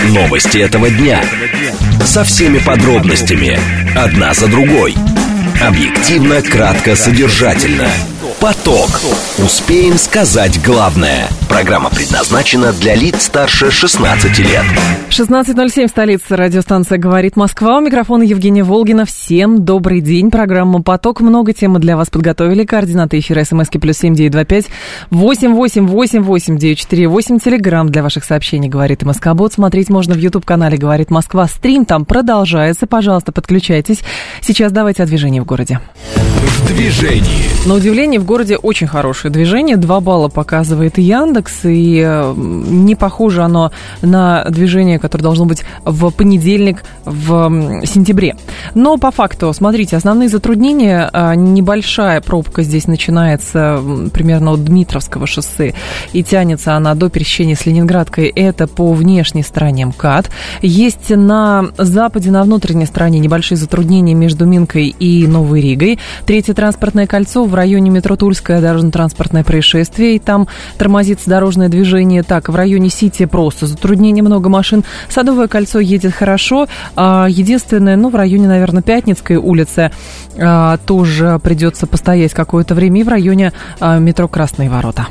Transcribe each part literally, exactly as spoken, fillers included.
Новости этого дня. Со всеми подробностями. Одна за другой. Объективно, кратко, содержательно. Поток. Успеем сказать главное. Программа предназначена для лиц старше шестнадцати лет. шестнадцать ноль семь, столица, радиостанция «Говорит Москва». У микрофона Евгения Волгина. Всем добрый день. Программа «Поток». Много темы для вас подготовили. Координаты эфира смски плюс семь девять два пять восемь восемь восемь восемь девять четыре восемь. Телеграмм для ваших сообщений «Говорит МСК-бот». Смотреть можно в YouTube-канале «Говорит Москва». Стрим там продолжается. Пожалуйста, подключайтесь. Сейчас давайте о движении в городе. В движении. На удивление, в городе очень хорошее движение. Два балла показывает Яндекс. И не похоже оно на движение, которое должно быть в понедельник, в сентябре. Но по факту, смотрите, основные затруднения. Небольшая пробка здесь начинается примерно от Дмитровского шоссе и тянется она до пересечения с Ленинградкой. Это по внешней стороне МКАД. Есть на западе, на внутренней стороне небольшие затруднения между Минкой и Новой Ригой. Третье транспортное кольцо в районе метро Тульское, дорожно-транспортное происшествие. И там тормозится дорожное движение. Так, в районе Сити просто затруднений, много машин. Садовое кольцо едет хорошо. Единственное, ну, в районе, наверное, Пятницкой улицы тоже придется постоять какое-то время. И в районе метро Красные ворота.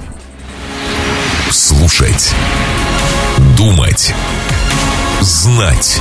Слушать. Думать. Знать.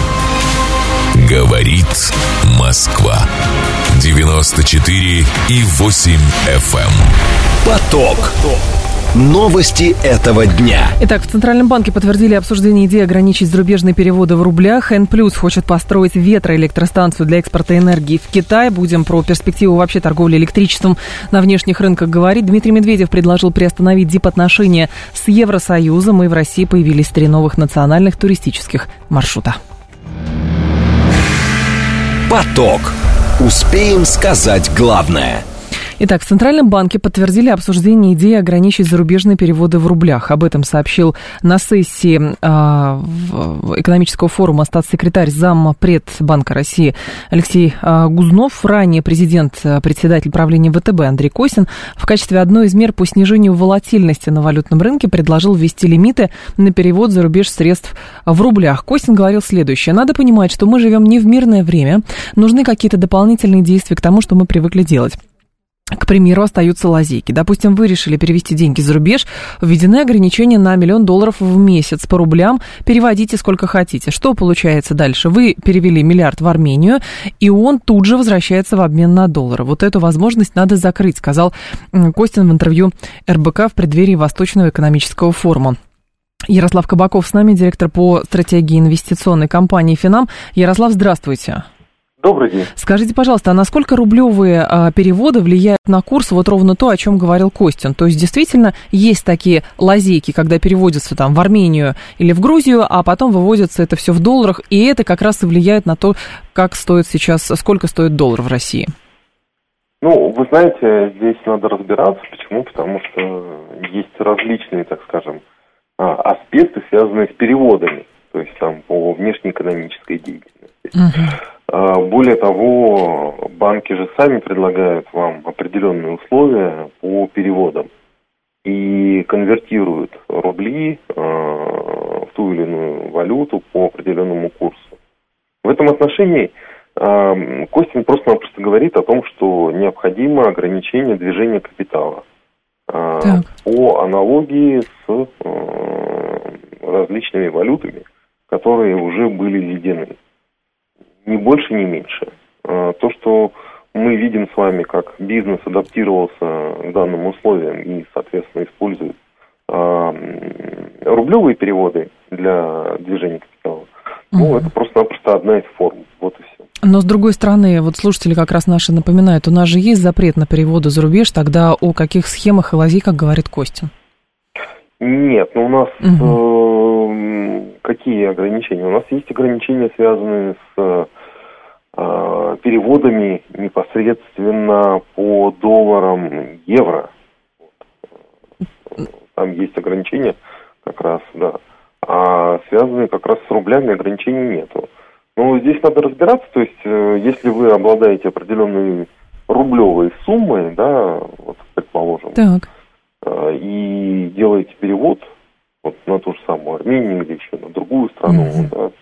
Говорит Москва. девяносто четыре и восемь эф эм. Поток. Новости этого дня. Итак, в Центральном банке подтвердили обсуждение идеи ограничить зарубежные переводы в рублях. Эн плюс хочет построить ветроэлектростанцию для экспорта энергии в Китай. Будем про перспективу вообще торговли электричеством на внешних рынках говорить. Дмитрий Медведев предложил приостановить дипотношения с Евросоюзом. И в России появились три новых национальных туристических маршрута. Поток. Успеем сказать главное. Итак, в Центральном банке подтвердили обсуждение идеи ограничить зарубежные переводы в рублях. Об этом сообщил на сессии э, экономического форума статс-секретарь зампред Банка России Алексей э, Гузнов. Ранее президент, председатель правления вэ тэ бэ Андрей Косин в качестве одной из мер по снижению волатильности на валютном рынке предложил ввести лимиты на перевод за рубеж средств в рублях. Косин говорил следующее. Надо понимать, что мы живем не в мирное время. Нужны какие-то дополнительные действия к тому, что мы привыкли делать. К примеру, остаются лазейки. Допустим, вы решили перевести деньги за рубеж, введены ограничения на миллион долларов в месяц. По рублям переводите сколько хотите. Что получается дальше? Вы перевели миллиард в Армению, и он тут же возвращается в обмен на доллары. Вот эту возможность надо закрыть, сказал Костин в интервью эр бэ ка в преддверии Восточного экономического форума. Ярослав Кабаков с нами, директор по стратегии инвестиционной компании «Финам». Ярослав, здравствуйте. Добрый день. Скажите, пожалуйста, а насколько рублевые а, переводы влияют на курс? Вот ровно то, о чем говорил Костин. То есть, действительно, есть такие лазейки, когда переводятся там в Армению или в Грузию, а потом выводится это все в долларах, и это как раз и влияет на то, как стоит сейчас, сколько стоит доллар в России. Ну, вы знаете, здесь надо разбираться. Почему? Потому что есть различные, так скажем, аспекты, связанные с переводами, то есть там по внешнеэкономической деятельности. Uh-huh. Более того, банки же сами предлагают вам определенные условия по переводам и конвертируют рубли в ту или иную валюту по определенному курсу. В этом отношении Костин просто-напросто говорит о том, что необходимо ограничение движения капитала так. по аналогии с различными валютами, которые уже были введены. Ни больше, ни меньше. То, что мы видим с вами, как бизнес адаптировался к данным условиям и, соответственно, использует рублевые переводы для движения капитала, угу. ну, это просто-напросто одна из форм. Вот и все. Но, с другой стороны, вот слушатели как раз наши напоминают, у нас же есть запрет на переводы за рубеж, тогда о каких схемах и лазейках говорит Костин? Нет, ну у нас угу. э, какие ограничения? У нас есть ограничения, связанные с э, переводами непосредственно по долларам евро. Там есть ограничения как раз, да. А связанные как раз с рублями ограничений нету. Но здесь надо разбираться, то есть э, если вы обладаете определенной рублевой суммой, да, вот предположим, так. и делаете перевод вот на ту же самую Армению или еще на другую страну, mm-hmm. да,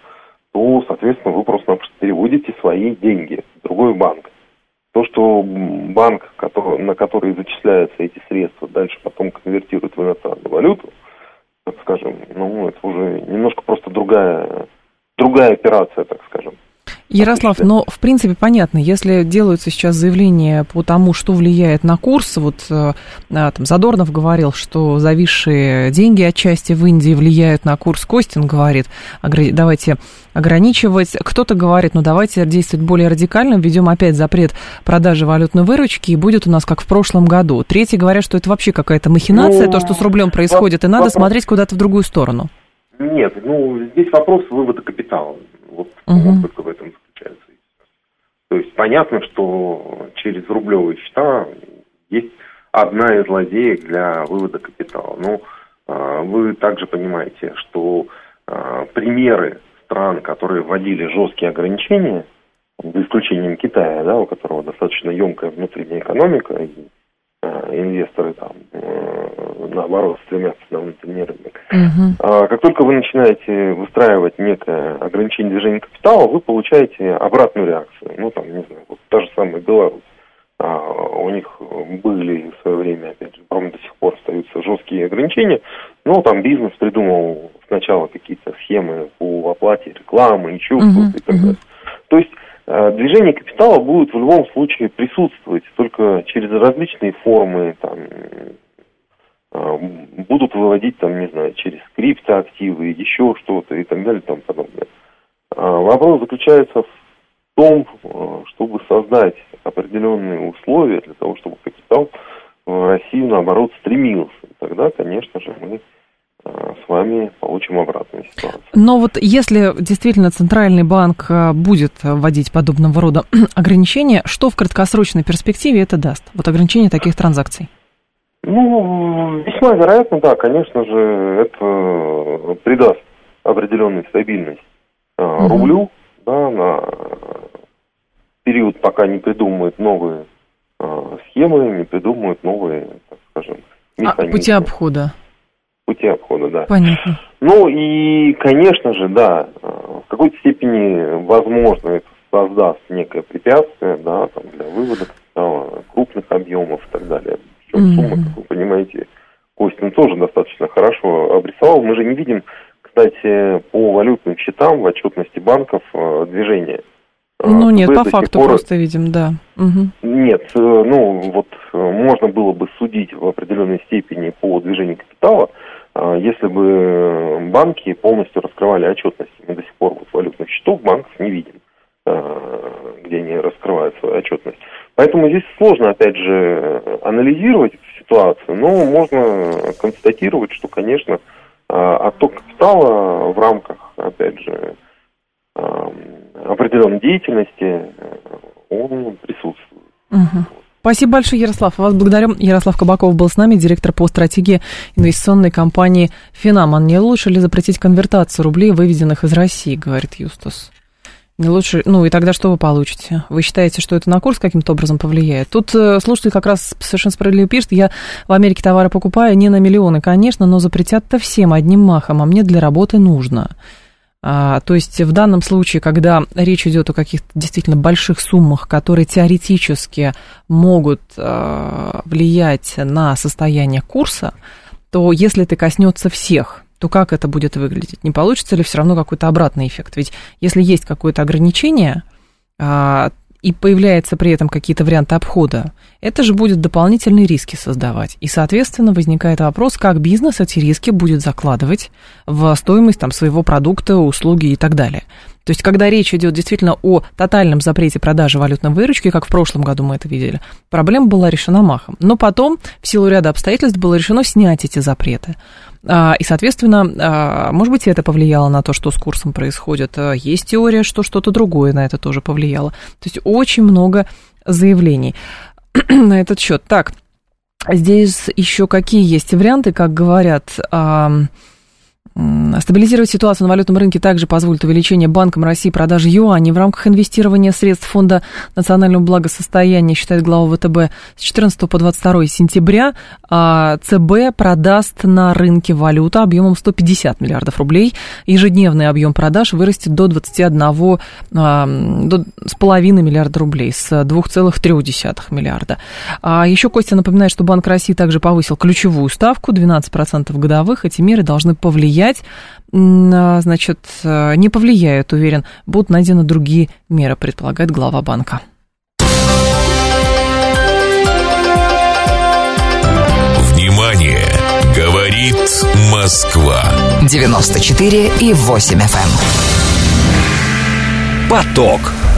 немножко просто другая, другая операция, так скажем. Ярослав, но в принципе понятно, если делаются сейчас заявления по тому, что влияет на курс, вот там Задорнов говорил, что зависшие деньги отчасти в Индии влияют на курс, Костин говорит, давайте ограничивать, кто-то говорит, ну давайте действовать более радикально, введем опять запрет продажи валютной выручки, и будет у нас как в прошлом году. Третьи говорят, что это вообще какая-то махинация, ну, то, что с рублем происходит, и надо вопрос... смотреть куда-то в другую сторону. Нет, ну здесь вопрос вывода капитала. Вот, угу. вот только в этом заключается. То есть понятно, что через рублевые счета есть одна из лазеек для вывода капитала. Но а, вы также понимаете, что а, примеры стран, которые вводили жесткие ограничения, за исключением Китая, да, у которого достаточно емкая внутренняя экономика, и а, инвесторы там а, наоборот стремятся на внутренний рынок. Uh-huh. А, как только вы начинаете выстраивать некое ограничение движения капитала, вы получаете обратную реакцию. Ну, там, не знаю, вот та же самая Беларусь. А, у них были в свое время, опять же, по-моему, до сих пор остаются жесткие ограничения, но там бизнес придумал сначала какие-то схемы по оплате рекламы, еще uh-huh. что-то и так далее. То есть движение капитала будет в любом случае присутствовать, только через различные формы, там, будут выводить, там, не знаю, через криптоактивы, еще что-то и так далее и тому подобное. Вопрос заключается в том, чтобы создать определенные условия для того, чтобы капитал в Россию, наоборот, стремился. И тогда, конечно же, мы с вами получим обратную ситуацию. Но вот если действительно Центральный банк будет вводить подобного рода ограничения, что в краткосрочной перспективе это даст? Вот ограничение таких транзакций. Ну, весьма вероятно, да, конечно же, это придаст определенную стабильность uh-huh. рублю, да, на период, пока не придумают новые а, схемы, не придумают новые, так скажем, механизмы. А, пути обхода. Пути обхода, да. Понятно. Ну и, конечно же, да, в какой-то степени, возможно, это создаст некое препятствие, да, там, для вывода капитала, крупных объемов и так далее. Причем сумма, как вы понимаете, Костин тоже достаточно хорошо обрисовал. Мы же не видим, кстати, по валютным счетам в отчетности банков движения. Ну нет, по факту пор... просто видим, да. Угу. Нет, ну вот можно было бы судить в определенной степени по движению капитала, если бы банки полностью раскрывали отчетность. Мы до сих пор вот валютных счетов банков не видим, где они раскрывают свою отчетность. Поэтому здесь сложно, опять же, анализировать эту ситуацию, но можно констатировать, что, конечно, отток капитала в рамках, опять же, определенной деятельности, он присутствует. Угу. Спасибо большое, Ярослав. Вас благодарю. Ярослав Кабаков был с нами, директор по стратегии инвестиционной компании «Финамон». Не лучше ли запретить конвертацию рублей, выведенных из России, говорит Юстас. Не лучше, ну и тогда что вы получите? Вы считаете, что это на курс каким-то образом повлияет? Тут э, слушатель как раз совершенно справедливо пишет: я в Америке товары покупаю не на миллионы, конечно, но запретят-то всем одним махом, а мне для работы нужно. А, то есть в данном случае, когда речь идет о каких-то действительно больших суммах, которые теоретически могут а, влиять на состояние курса, то если это коснется всех, то как это будет выглядеть? Не получится ли все равно какой-то обратный эффект? Ведь если есть какое-то ограничение, а, и появляются при этом какие-то варианты обхода, это же будет дополнительные риски создавать. И, соответственно, возникает вопрос, как бизнес эти риски будет закладывать в стоимость там, своего продукта, услуги и так далее. То есть, когда речь идет действительно о тотальном запрете продажи валютной выручки, как в прошлом году мы это видели, проблема была решена махом. Но потом, в силу ряда обстоятельств, было решено снять эти запреты. И, соответственно, может быть, это повлияло на то, что с курсом происходит. Есть теория, что что-то другое на это тоже повлияло. То есть, очень много заявлений на этот счет. Так, здесь еще какие есть варианты, как говорят... Стабилизировать ситуацию на валютном рынке также позволит увеличение Банком России продажи юаней в рамках инвестирования средств Фонда национального благосостояния, считает глава ВТБ. С четырнадцатого по двадцать второе сентября ЦБ продаст на рынке валюту объемом сто пятьдесят миллиардов рублей. Ежедневный объем продаж вырастет до двадцать один с половиной миллиарда рублей, с два целых три десятых миллиарда. Еще Костя напоминает, что Банк России также повысил ключевую ставку двенадцать процентов годовых. Эти меры должны повлиять повлиять, значит, не повлияют, уверен, будут найдены другие меры, предполагает глава банка. Внимание! Говорит Москва. девяносто четыре и восемь эф эм. Поток.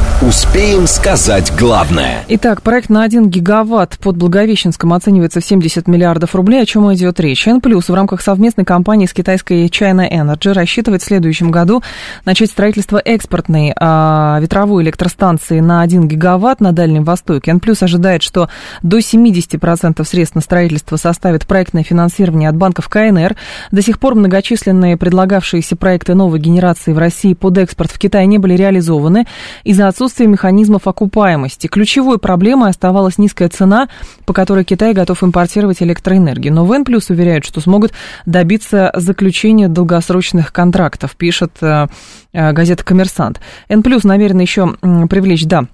Успеем сказать главное. Итак, проект на один гигаватт под Благовещенском оценивается в семьдесят миллиардов рублей. О чем идет речь? Н плюс в рамках совместной кампании с китайской China Energy рассчитывает в следующем году начать строительство экспортной а, ветровой электростанции на один гигаватт на Дальнем Востоке. Н плюс ожидает, что до семьдесят процентов средств на строительство составит проектное финансирование от банков ка эн эр. До сих пор многочисленные предлагавшиеся проекты новой генерации в России под экспорт в Китай не были реализованы из-за отсутствия механизмов окупаемости. Ключевой проблемой оставалась низкая цена, по которой Китай готов импортировать электроэнергию. Но в Н плюс уверяют, что смогут добиться заключения долгосрочных контрактов, пишет э, э, газета «Коммерсант». Н плюс намерен еще э, привлечь, да,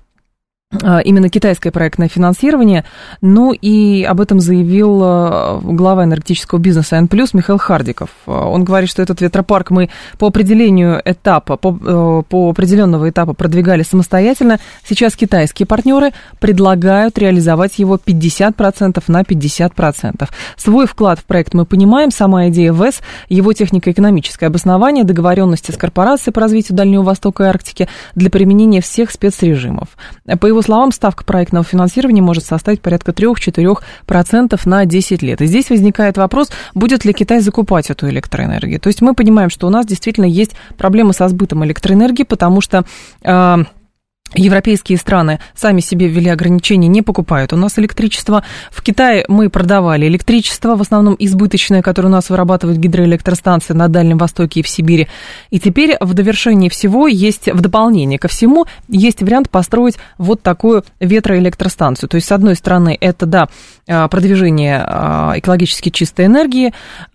именно китайское проектное финансирование. Ну и об этом заявил глава энергетического бизнеса Н плюс Михаил Хардиков. Он говорит, что этот ветропарк мы по определению этапа, по, по определенного этапа продвигали самостоятельно. Сейчас китайские партнеры предлагают реализовать его пятьдесят процентов на пятьдесят процентов. Свой вклад в проект мы понимаем, сама идея ВЭС, его технико-экономическое обоснование, договоренности с корпорацией по развитию Дальнего Востока и Арктики для применения всех спецрежимов. По его словам, ставка проектного финансирования может составить порядка три-четыре процента на десять лет. И здесь возникает вопрос, будет ли Китай закупать эту электроэнергию. То есть мы понимаем, что у нас действительно есть проблема со сбытом электроэнергии, потому что э, европейские страны сами себе ввели ограничения, не покупают у нас электричество. В Китае мы продавали электричество, в основном избыточное, которое у нас вырабатывают гидроэлектростанции на Дальнем Востоке и в Сибири. И теперь в довершении всего есть, в дополнение ко всему, есть вариант построить вот такую ветроэлектростанцию. То есть, с одной стороны, это, да, продвижение экологически чистой энергии,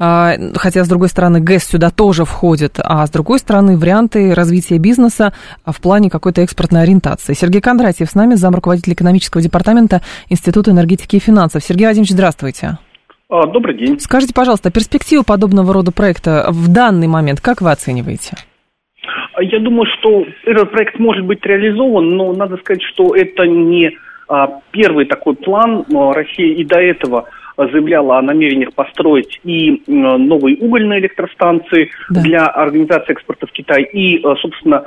хотя, с другой стороны, ГЭС сюда тоже входит, а с другой стороны, варианты развития бизнеса в плане какой-то экспортной ориентации. Сергей Кондратьев с нами, замруководитель экономического департамента Института энергетики и финансов. Сергей Вадимович, здравствуйте. Добрый день. Скажите, пожалуйста, перспективу подобного рода проекта в данный момент как вы оцениваете? Я думаю, что этот проект может быть реализован, но надо сказать, что это не первый такой план. Россия и до этого заявляла о намерениях построить и новые угольные электростанции, да, для организации экспорта в Китай. И, собственно,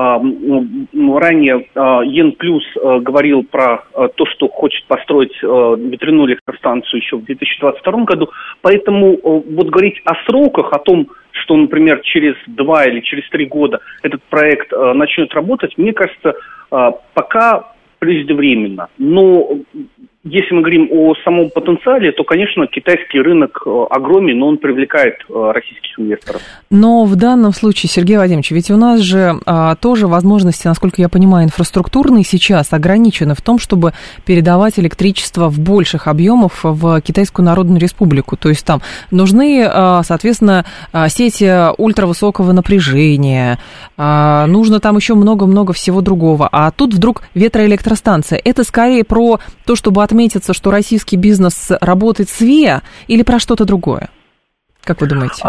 ранее Ен Плюс говорил про то, что хочет построить ветряную электростанцию еще в две тысячи двадцать втором году. Поэтому вот говорить о сроках, о том, что, например, через два или через три года этот проект начнет работать, мне кажется, пока преждевременно. Но если мы говорим о самом потенциале, то, конечно, китайский рынок огромен, но он привлекает российских инвесторов. Но в данном случае, Сергей Вадимович, ведь у нас же а, тоже возможности, насколько я понимаю, инфраструктурные сейчас ограничены в том, чтобы передавать электричество в больших объемах в Китайскую Народную Республику. То есть там нужны, а, соответственно, сети ультравысокого напряжения, а, нужно там еще много-много всего другого. А тут вдруг ветроэлектростанция. Это скорее про то, чтобы отметиться, что российский бизнес работает с ВИА, или про что-то другое? Как вы думаете?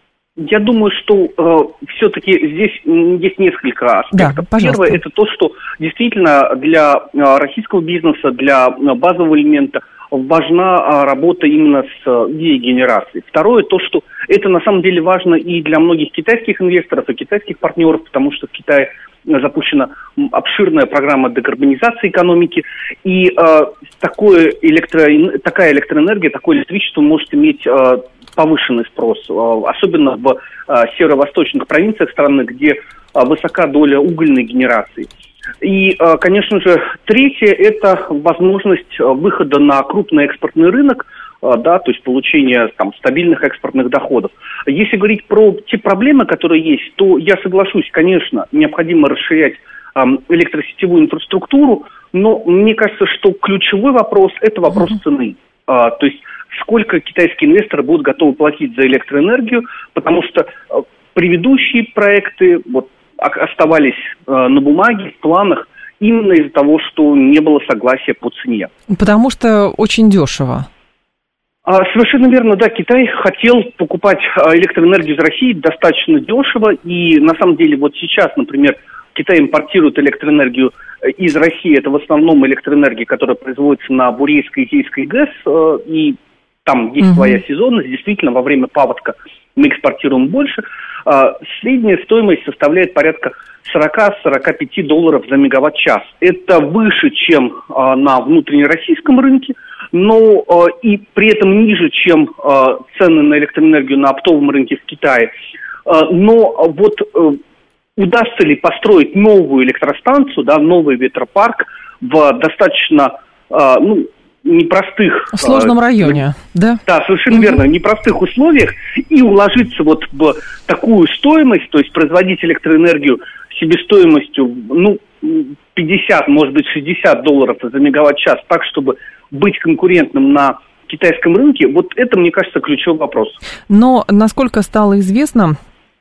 Я думаю, что э, все-таки здесь есть несколько аспектов. Да, первое, это то, что действительно для э, российского бизнеса, для э, базового элемента важна э, работа именно с э, ВИА-генерацией. Второе, то, что это на самом деле важно и для многих китайских инвесторов, и китайских партнеров, потому что в Китае запущена обширная программа декарбонизации экономики, и э, такое электро... такая электроэнергия, такое электричество может иметь э, повышенный спрос, э, особенно в э, северо-восточных провинциях страны, где э, высока доля угольной генерации. И, э, конечно же, третье – это возможность выхода на крупный экспортный рынок, да, то есть получение там стабильных экспортных доходов. Если говорить про те проблемы, которые есть, то я соглашусь, конечно, необходимо расширять эм, электросетевую инфраструктуру, но мне кажется, что ключевой вопрос – это вопрос mm-hmm. цены. А, то есть сколько китайские инвесторы будут готовы платить за электроэнергию, потому что э, предыдущие проекты вот, оставались э, на бумаге, в планах, именно из-за того, что не было согласия по цене. Потому что очень дешево. Совершенно верно, да, Китай хотел покупать электроэнергию из России достаточно дешево, и на самом деле вот сейчас, например, Китай импортирует электроэнергию из России, это в основном электроэнергия, которая производится на Бурейской и Ейской ГЭС, и там есть mm-hmm. своя сезонность, действительно, во время паводка мы экспортируем больше. Средняя стоимость составляет порядка сорок-сорок пять долларов за мегаватт-час. Это выше, чем на внутреннероссийском рынке, но и при этом ниже, чем цены на электроэнергию на оптовом рынке в Китае. Но вот удастся ли построить новую электростанцию, да, новый ветропарк в достаточно, ну, непростых... В сложном районе, да? Да, совершенно угу. верно, непростых условиях, и уложиться вот в такую стоимость, то есть производить электроэнергию себестоимостью, ну, пятьдесят, может быть, шестьдесят долларов за мегаватт-час, так, чтобы быть конкурентным на китайском рынке, вот это, мне кажется, ключевой вопрос. Но, насколько стало известно,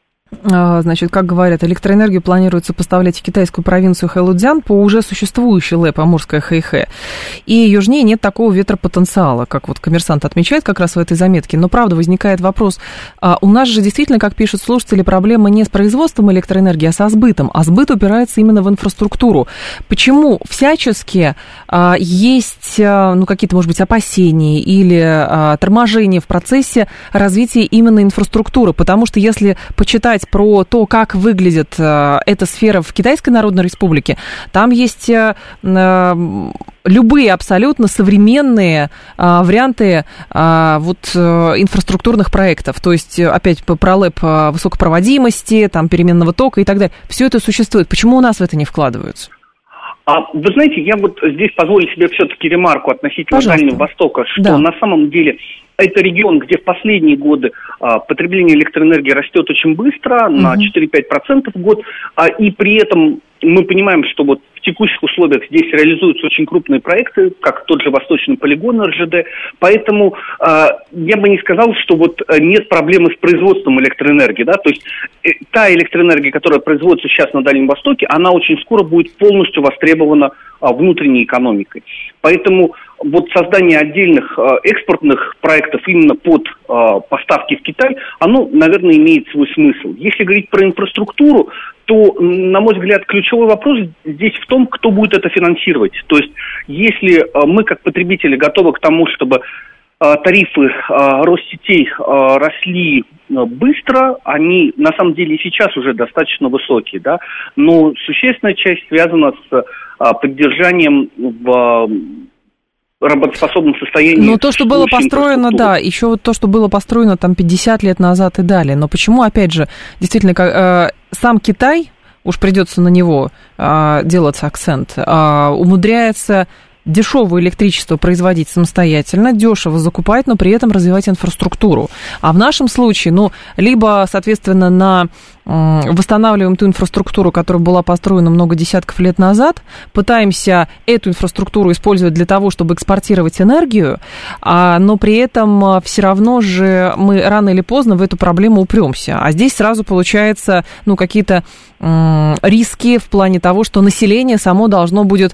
значит, как говорят, электроэнергию планируется поставлять в китайскую провинцию Хэлудзян по уже существующей ЛЭП Амурская Хэйхэ. И южнее нет такого ветропотенциала, как вот «Коммерсант» отмечает как раз в этой заметке. Но, правда, возникает вопрос, а у нас же действительно, как пишут слушатели, проблема не с производством электроэнергии, а со сбытом. А сбыт упирается именно в инфраструктуру. Почему всячески а, есть, а, ну, какие-то, может быть, опасения или а, торможения в процессе развития именно инфраструктуры? Потому что если почитать про то, как выглядит э, эта сфера в Китайской Народной Республике, там есть э, э, любые абсолютно современные э, варианты э, вот, э, инфраструктурных проектов. То есть, опять про ЛЭП э, высокопроводимости, там, переменного тока и так далее. Все это существует. Почему у нас в это не вкладываются? А, вы знаете, я вот здесь позволю себе все-таки ремарку относительно Пожалуйста. Дальнего Востока, что да. на самом деле это регион, где в последние годы а, потребление электроэнергии растет очень быстро, угу. на четыре-пять процентов в год, а, и при этом мы понимаем, что вот в текущих условиях здесь реализуются очень крупные проекты, как тот же Восточный полигон эр жэ дэ, поэтому э, я бы не сказал, что вот нет проблемы с производством электроэнергии, да, то есть э, та электроэнергия, которая производится сейчас на Дальнем Востоке, она очень скоро будет полностью востребована э, внутренней экономикой, поэтому вот создание отдельных э, экспортных проектов именно под э, поставки в Китай, оно, наверное, имеет свой смысл. Если говорить про инфраструктуру, то, на мой взгляд, ключевой вопрос здесь в том, кто будет это финансировать. То есть, если э, мы, как потребители, готовы к тому, чтобы э, тарифы э, Россетей э, росли э, быстро, они, на самом деле, и сейчас уже достаточно высокие, да, но существенная часть связана с э, поддержанием в... работоспособном состоянии. Но то, что было построено, да, еще вот то, что было построено там пятьдесят лет назад и далее. Но почему, опять же, действительно, как, э, сам Китай, уж придется на него э, делать акцент, э, умудряется дешевое электричество производить самостоятельно, дешево закупать, но при этом развивать инфраструктуру. А в нашем случае, ну, либо, соответственно, на восстанавливаем ту инфраструктуру, которая была построена много десятков лет назад, пытаемся эту инфраструктуру использовать для того, чтобы экспортировать энергию, а, но при этом все равно же мы рано или поздно в эту проблему упремся. А здесь сразу получается, ну, какие-то м- риски в плане того, что население само должно будет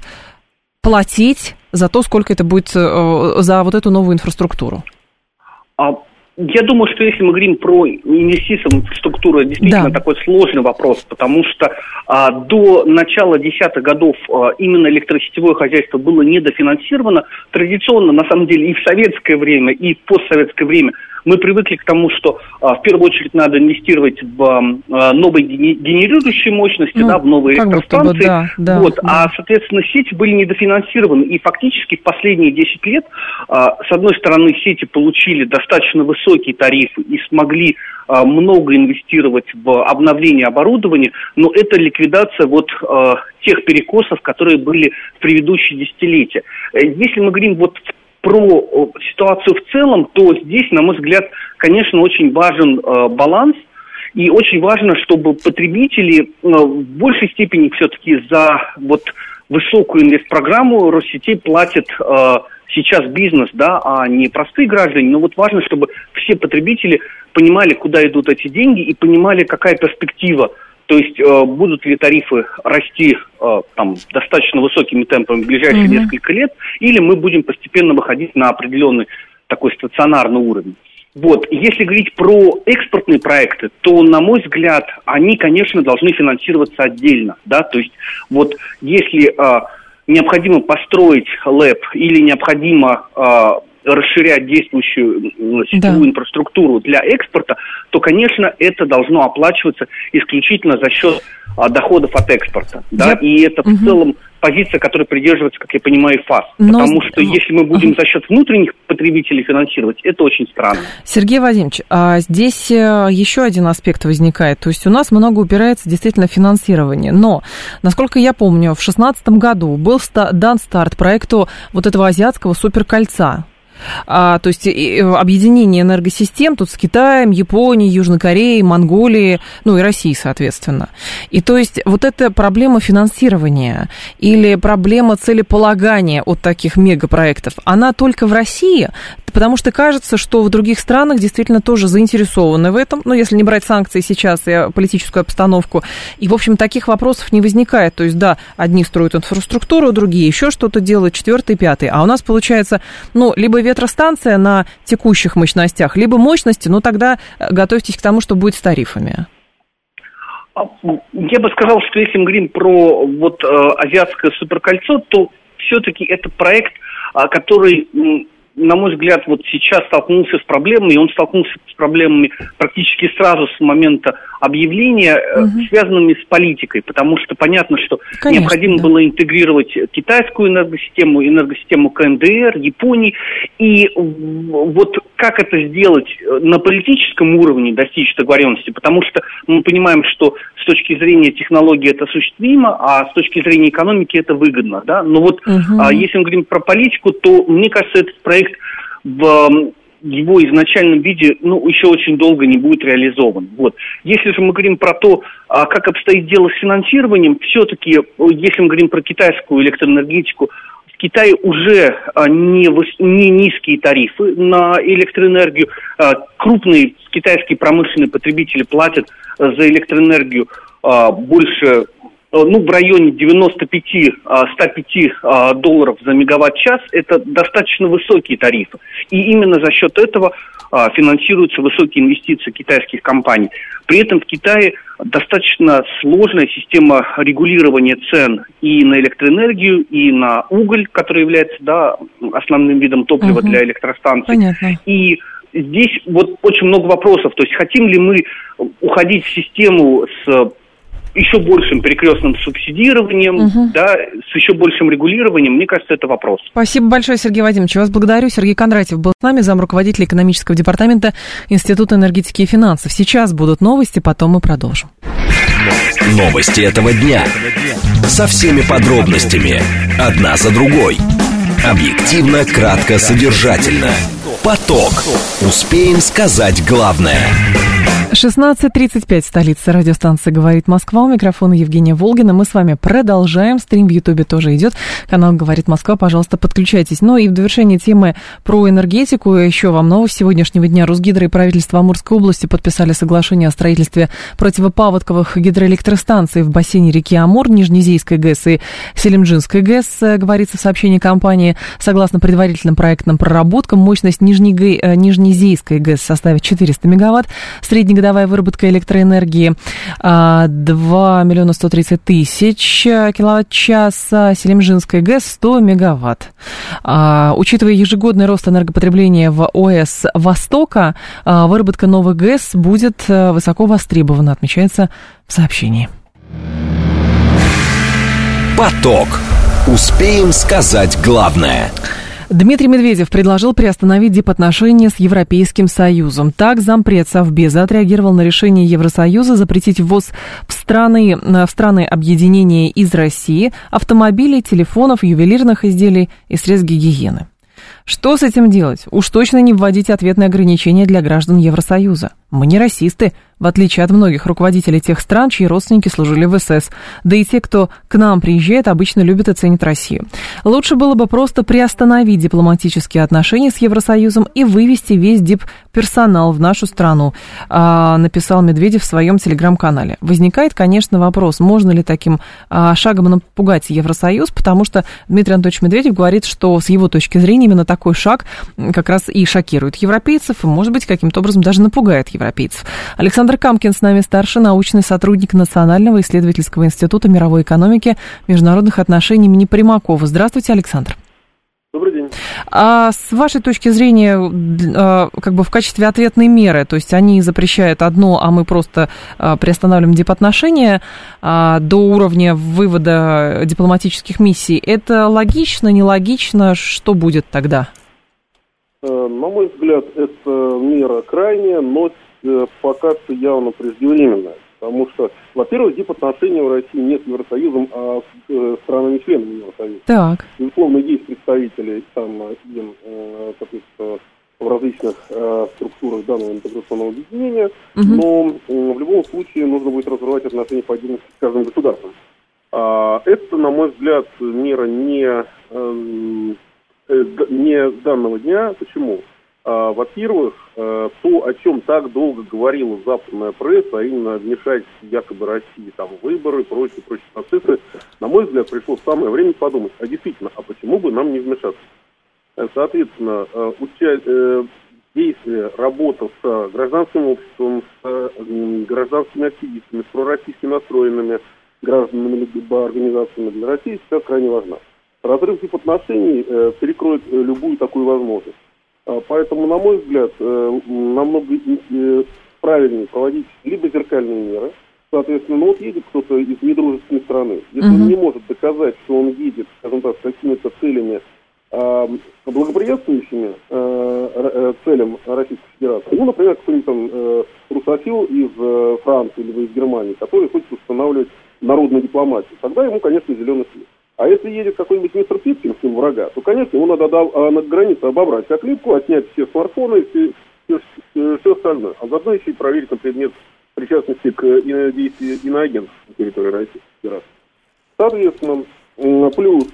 платить за то, сколько это будет за вот эту новую инфраструктуру? А, я думаю, что если мы говорим про инвестиции в инфраструктуру, это действительно да. такой сложный вопрос, потому что а, до начала десятых годов а, именно электросетевое хозяйство было недофинансировано. Традиционно, на самом деле, и в советское время, и в постсоветское время мы привыкли к тому, что а, в первую очередь надо инвестировать в а, новые генерирующие мощности, ну, да, в новые электростанции. Бы, да, да, вот, да. А, соответственно, сети были недофинансированы. И фактически в последние десять лет, а, с одной стороны, сети получили достаточно высокие тарифы и смогли а, много инвестировать в обновление оборудования, но это ликвидация вот а, тех перекосов, которые были в предыдущие десятилетия. Если мы говорим вот про ситуацию в целом, то здесь, на мой взгляд, конечно, очень важен э, баланс, и очень важно, чтобы потребители э, в большей степени все-таки за вот высокую инвестпрограмму Россетей платят э, сейчас бизнес, да, а не простые граждане. Но вот важно, чтобы все потребители понимали, куда идут эти деньги, и понимали, какая перспектива. То есть э, будут ли тарифы расти э, там, достаточно высокими темпами в ближайшие mm-hmm. несколько лет, или мы будем постепенно выходить на определенный такой стационарный уровень. Вот. Если говорить про экспортные проекты, то, на мой взгляд, они, конечно, должны финансироваться отдельно. Да? То есть вот если э, необходимо построить лэб или необходимо э, расширять действующую сетевую да. инфраструктуру для экспорта, то, конечно, это должно оплачиваться исключительно за счет а, доходов от экспорта. Да? Я... И это угу. в целом позиция, которой придерживается, как я понимаю, ФАС. Но... Потому что если мы будем угу. за счет внутренних потребителей финансировать, это очень странно. Сергей Вадимович, а здесь еще один аспект возникает. То есть у нас много упирается действительно в финансирование. Но, насколько я помню, в две тысячи шестнадцатом году был дан старт проекту вот этого азиатского суперкольца. А, то есть объединение энергосистем тут с Китаем, Японией, Южной Кореей, Монголией, ну и Россией, соответственно. И то есть вот эта проблема финансирования или проблема целеполагания от таких мегапроектов, она только в России, потому что кажется, что в других странах действительно тоже заинтересованы в этом, ну если не брать санкции сейчас и политическую обстановку, и, в общем, таких вопросов не возникает. То есть, да, одни строят инфраструктуру, другие еще что-то делают, четвертый, пятый, а у нас получается, ну, либо ветростанция на текущих мощностях, либо мощности, ну тогда готовьтесь к тому, что будет с тарифами. Я бы сказал, что если мы говорим про вот э, азиатское суперкольцо, то все-таки это проект, э, который, э, на мой взгляд, вот сейчас столкнулся с проблемами, и он столкнулся с проблемами практически сразу с момента объявления, угу. связанными с политикой, потому что понятно, что Конечно, необходимо да. было интегрировать китайскую энергосистему, энергосистему КНДР, Японии, и вот как это сделать на политическом уровне, достичь договоренности, потому что мы понимаем, что с точки зрения технологии это осуществимо, а с точки зрения экономики это выгодно, да, но вот угу. а, если мы говорим про политику, то, мне кажется, этот проект в его изначальном виде, ну, еще очень долго не будет реализован. Вот. Если же мы говорим про то, а, как обстоит дело с финансированием, все-таки, если мы говорим про китайскую электроэнергетику, в Китае уже а, не, выс- не низкие тарифы на электроэнергию. А, крупные китайские промышленные потребители платят а, за электроэнергию а, больше... ну, в районе девяносто пять - сто пять долларов за мегаватт-час, это достаточно высокие тарифы. И именно за счет этого а, финансируются высокие инвестиции китайских компаний. При этом в Китае достаточно сложная система регулирования цен и на электроэнергию, и на уголь, который является, да, основным видом топлива угу. для электростанций. Понятно. И здесь вот очень много вопросов. То есть хотим ли мы уходить в систему с еще большим перекрестным субсидированием, угу. да, с еще большим регулированием, мне кажется, это вопрос. Спасибо большое, Сергей Вадимович. Вас благодарю. Сергей Кондратьев был с нами, замруководитель экономического департамента Института энергетики и финансов. Сейчас будут новости, потом мы продолжим. Новости этого дня. Со всеми подробностями. Одна за другой. Объективно, кратко, содержательно. Поток. Успеем сказать главное. шестнадцать тридцать пять, столица радиостанции «Говорит Москва». У микрофона Евгения Волгина. Мы с вами продолжаем. Стрим в Ютубе тоже идет. Канал «Говорит Москва». Пожалуйста, подключайтесь. Ну и в довершении темы про энергетику еще вам новость сегодняшнего дня. Росгидро и правительство Амурской области подписали соглашение о строительстве противопаводковых гидроэлектростанций в бассейне реки Амур, Нижнезейской ГЭС и Селимджинской ГЭС, говорится в сообщении компании. Согласно предварительным проектным проработкам, мощность Нижнеге... Нижнезейской ГЭС составит четыреста мегаватт. Среднегодовая Годовая выработка электроэнергии два миллиона сто тридцать тысяч киловатт-часа, Селимджинская ГЭС сто мегаватт. Учитывая ежегодный рост энергопотребления в ОС Востока, выработка новых ГЭС будет высоко востребована, отмечается в сообщении. Поток. Успеем сказать главное. Дмитрий Медведев предложил приостановить дипотношения с Европейским Союзом. Так, зампред Совбеза отреагировал на решение Евросоюза запретить ввоз в страны, в страны объединения из России автомобилей, телефонов, ювелирных изделий и средств гигиены. Что с этим делать? Уж точно не вводить ответные ограничения для граждан Евросоюза. Мы не расисты, в отличие от многих руководителей тех стран, чьи родственники служили в СС. Да и те, кто к нам приезжает, обычно любят и ценят Россию. Лучше было бы просто приостановить дипломатические отношения с Евросоюзом и вывести весь дип персонал в нашу страну, написал Медведев в своем телеграм-канале. Возникает, конечно, вопрос, можно ли таким шагом напугать Евросоюз, потому что Дмитрий Анатольевич Медведев говорит, что с его точки зрения именно такой шаг как раз и шокирует европейцев, и, может быть, каким-то образом даже напугает европейцев. Александр Камкин с нами, старший научный сотрудник Национального исследовательского института мировой экономики, международных отношений имени Примакова. Здравствуйте, Александр. Добрый день. А с вашей точки зрения, как бы в качестве ответной меры, то есть они запрещают одно, а мы просто приостанавливаем дипотношения до уровня вывода дипломатических миссий, это логично, нелогично? Что будет тогда? На мой взгляд, это мера крайняя, но пока что явно преждевременная. Потому что, во-первых, дипотношения в России не с Евросоюзом, а с странами-членами Евросоюза. Так. Безусловно, есть представители там, и, соответственно, в различных э, структурах данного интеграционного объединения, угу. но э, в любом случае нужно будет разрывать отношения по отдельности с каждым государством. А, это, на мой взгляд, мера не, э, э, не данного дня. Почему? А, во-первых, э, то, о чем так долго говорила западная пресса, а именно вмешать якобы России там выборы, прочие, прочие процессы, на мой взгляд, пришло самое время подумать, а действительно, а почему бы нам не вмешаться? Соответственно, э, уча- э, действия, работа с гражданским обществом, с э, гражданскими активистами, с пророссийски настроенными гражданами либо организациями для России сейчас крайне важна. Разрыв дипотношений э, перекроет э, любую такую возможность. Поэтому, на мой взгляд, намного правильнее проводить либо зеркальные меры. Соответственно, ну вот едет кто-то из недружественной страны. Если uh-huh. он не может доказать, что он едет, скажем так, с какими-то целями, благоприятствующими целям Российской Федерации, ну, например, какой-нибудь там русофил из Франции либо из Германии, который хочет устанавливать народную дипломатию, тогда ему, конечно, зеленый свет. А если едет какой-нибудь мистер Пипкин, с ним врага, то, конечно, ему надо до, на границе обобрать оклипку, отнять все смартфоны и все, все, все остальное. А заодно еще и проверить на предмет причастности к действию иноагентов на территории Российской Федерации. Соответственно, плюс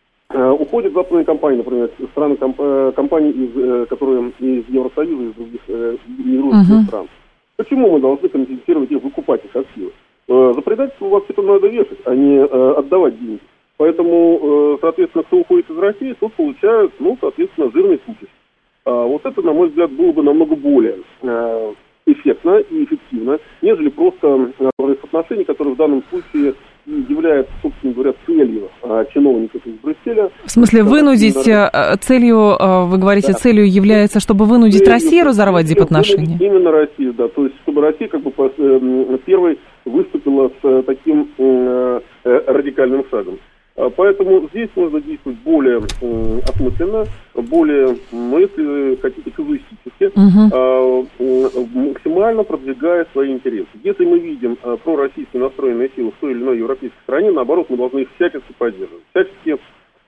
уходят западные компании, например, страны компании, из, которые из Евросоюза, из других недружественных uh-huh. стран. Почему мы должны компенсировать их, выкупать их активы? За предательство вообще-то надо вешать, а не отдавать деньги. Поэтому, соответственно, кто уходит из России, тот получает, ну, соответственно, жирный купиш. Вот это, на мой взгляд, было бы намного более эффектно и эффективно, нежели просто отношения, которые в данном случае являются, собственно говоря, целью чиновников из Брюсселя. В смысле, вынудить целью, вы говорите, да. целью является, чтобы вынудить целью, Россию разорвать дипотношения? Именно Россию, да. То есть, чтобы Россия как бы первой выступила с таким радикальным шагом. Поэтому здесь нужно действовать более э, осмысленно, более, ну, если хотите, казуистически, uh-huh. э, максимально продвигая свои интересы. Если мы видим э, пророссийски настроенные силы в той или иной европейской стране, наоборот, мы должны их всячески поддерживать. Всячески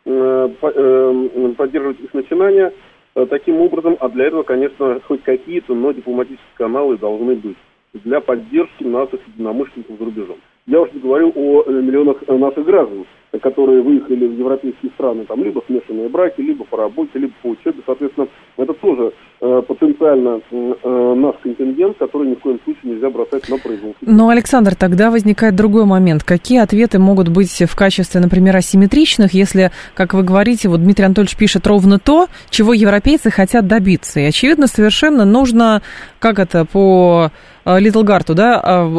э, по, э, поддерживать их начинания э, таким образом, а для этого, конечно, хоть какие-то, но дипломатические каналы должны быть для поддержки наших единомышленников за рубежом. Я уже говорил о миллионах наших граждан, которые выехали в европейские страны, там, либо смешанные браки, либо по работе, либо по учебе. Соответственно, это тоже э, потенциально э, наш контингент, который ни в коем случае нельзя бросать на произвол. Но, Александр, тогда возникает другой момент. Какие ответы могут быть в качестве, например, асимметричных, если, как вы говорите, вот Дмитрий Анатольевич пишет ровно то, чего европейцы хотят добиться. И, очевидно, совершенно нужно, как это, по Литлгарту, да,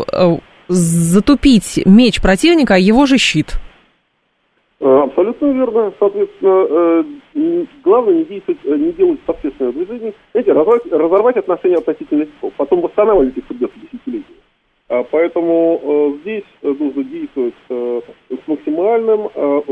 затупить меч противника, а его же щит. Абсолютно верно. Соответственно, главное не действовать, не делать общественное движение. Знаете, разорвать, разорвать отношения относительно часов, потом восстанавливать их придется десятилетия. Поэтому здесь нужно действовать с максимальным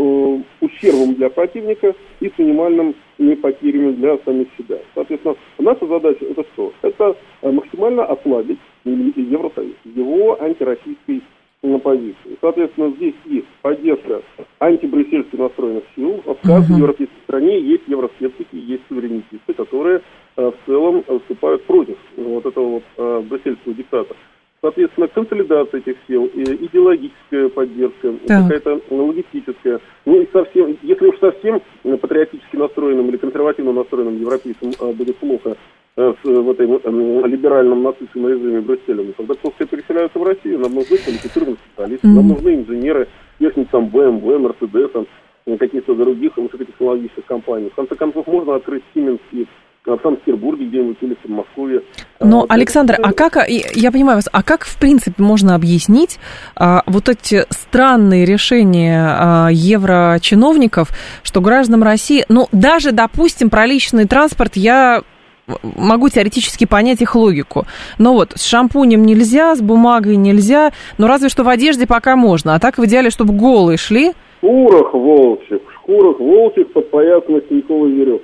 ущербом для противника и с минимальными потерями для самих себя. Соответственно, наша задача это что? Это максимально ослабить Евросоюз, его антироссийской позиции. Соответственно, здесь и поддержка антибрюссельски настроенных сил. В каждой uh-huh. европейской стране есть евроскептики, есть суверенитисты, которые в целом выступают против вот этого вот э, брюссельского диктата. Соответственно, консолидация этих сил, идеологическая поддержка, да. какая-то логистическая. Ну и совсем, если уж совсем патриотически настроенным или консервативно настроенным европейцам будет плохо с в этой либеральном нацистском режиме Брюсселем. Когда просто переселяются в Россию, нам нужны квалифицированные специалисты, mm-hmm. нам нужны инженеры, техники там бэ эм вэ, Mercedes, каких-то других высокотехнологичных компаний. В конце концов, можно открыть Siemens и в Санкт-Петербурге где-нибудь или в Москве. Но, а, Александр, а как, я понимаю вас, а как, в принципе, можно объяснить а, вот эти странные решения а, еврочиновников, что гражданам России, ну, даже, допустим, про личный транспорт я могу теоретически понять их логику, но вот с шампунем нельзя, с бумагой нельзя, но разве что в одежде пока можно, а так в идеале, чтобы голые шли. В шкурах волчьих, в шкурах волчьих подпоясанных нитковой веревкой.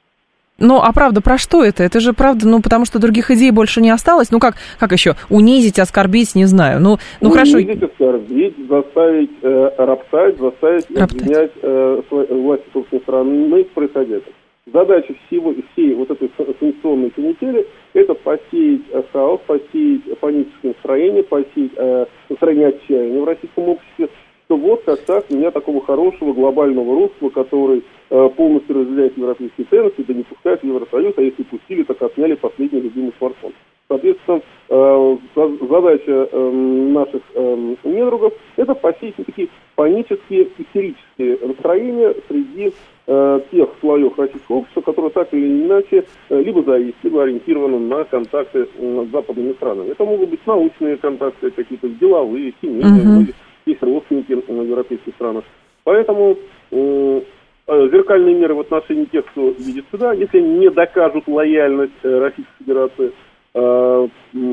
Ну, а правда, про что это? Это же правда, ну, потому что других идей больше не осталось. Ну, как, как еще? Унизить, оскорбить, не знаю. Ну, ну хорошо. Унизить, оскорбить, заставить э, роптать, заставить роптать. обвинять э, власти собственной страны в происходящем. Задача всего, всей вот этой санкционной канители – это посеять хаос, посеять паническое настроение, посеять э, настроение отчаяния в российском обществе. Что вот как так, у меня такого хорошего глобального русского, который э, полностью разделяет европейские ценности, да не пускает в Евросоюз, а если пустили, так отняли последний любимый смартфон. Соответственно, э, задача э, наших э, недругов – это посеять такие панические, истерические настроения среди э, тех слоев российского общества, которые так или иначе э, либо зависят, либо ориентированы на контакты э, с западными странами. Это могут быть научные контакты, какие-то деловые, семейные, uh-huh. есть родственники в европейских странах. Поэтому э, зеркальные меры в отношении тех, кто едет сюда, если они не докажут лояльность э, Российской Федерации, э,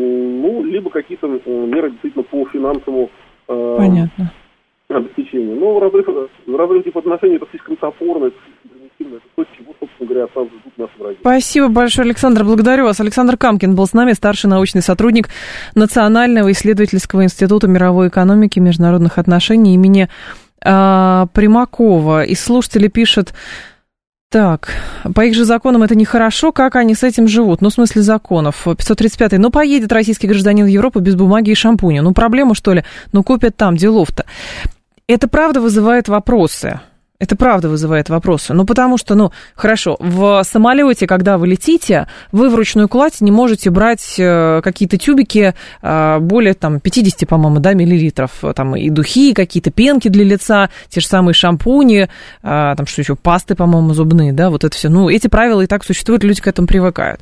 ну, либо какие-то меры действительно по финансовому э, Понятно. обеспечению. Но разрыв, разрыв типа отношений это слишком топорно, это слишком примитивно, это то, чего, собственно говоря, от нас ждут наши враги. Спасибо большое, Александр, благодарю вас. Александр Камкин был с нами, старший научный сотрудник Национального исследовательского института мировой экономики и международных отношений имени э, Примакова. И слушатели пишут: так, по их же законам это нехорошо, как они с этим живут? Ну, в смысле законов. пятьсот тридцать пятый. Ну, поедет российский гражданин в Европу без бумаги и шампуня. Ну, проблема, что ли? Ну, купят там, делов-то. Это правда вызывает вопросы. Это правда вызывает вопросы. Ну, потому что, ну, хорошо, в самолете, когда вы летите, вы в ручную кладь не можете брать какие-то тюбики более, там, пятьдесят, по-моему, да, миллилитров. Там и духи, какие-то пенки для лица, те же самые шампуни, там, что еще, пасты, по-моему, зубные, да, вот это все. Ну, эти правила и так существуют, люди к этому привыкают.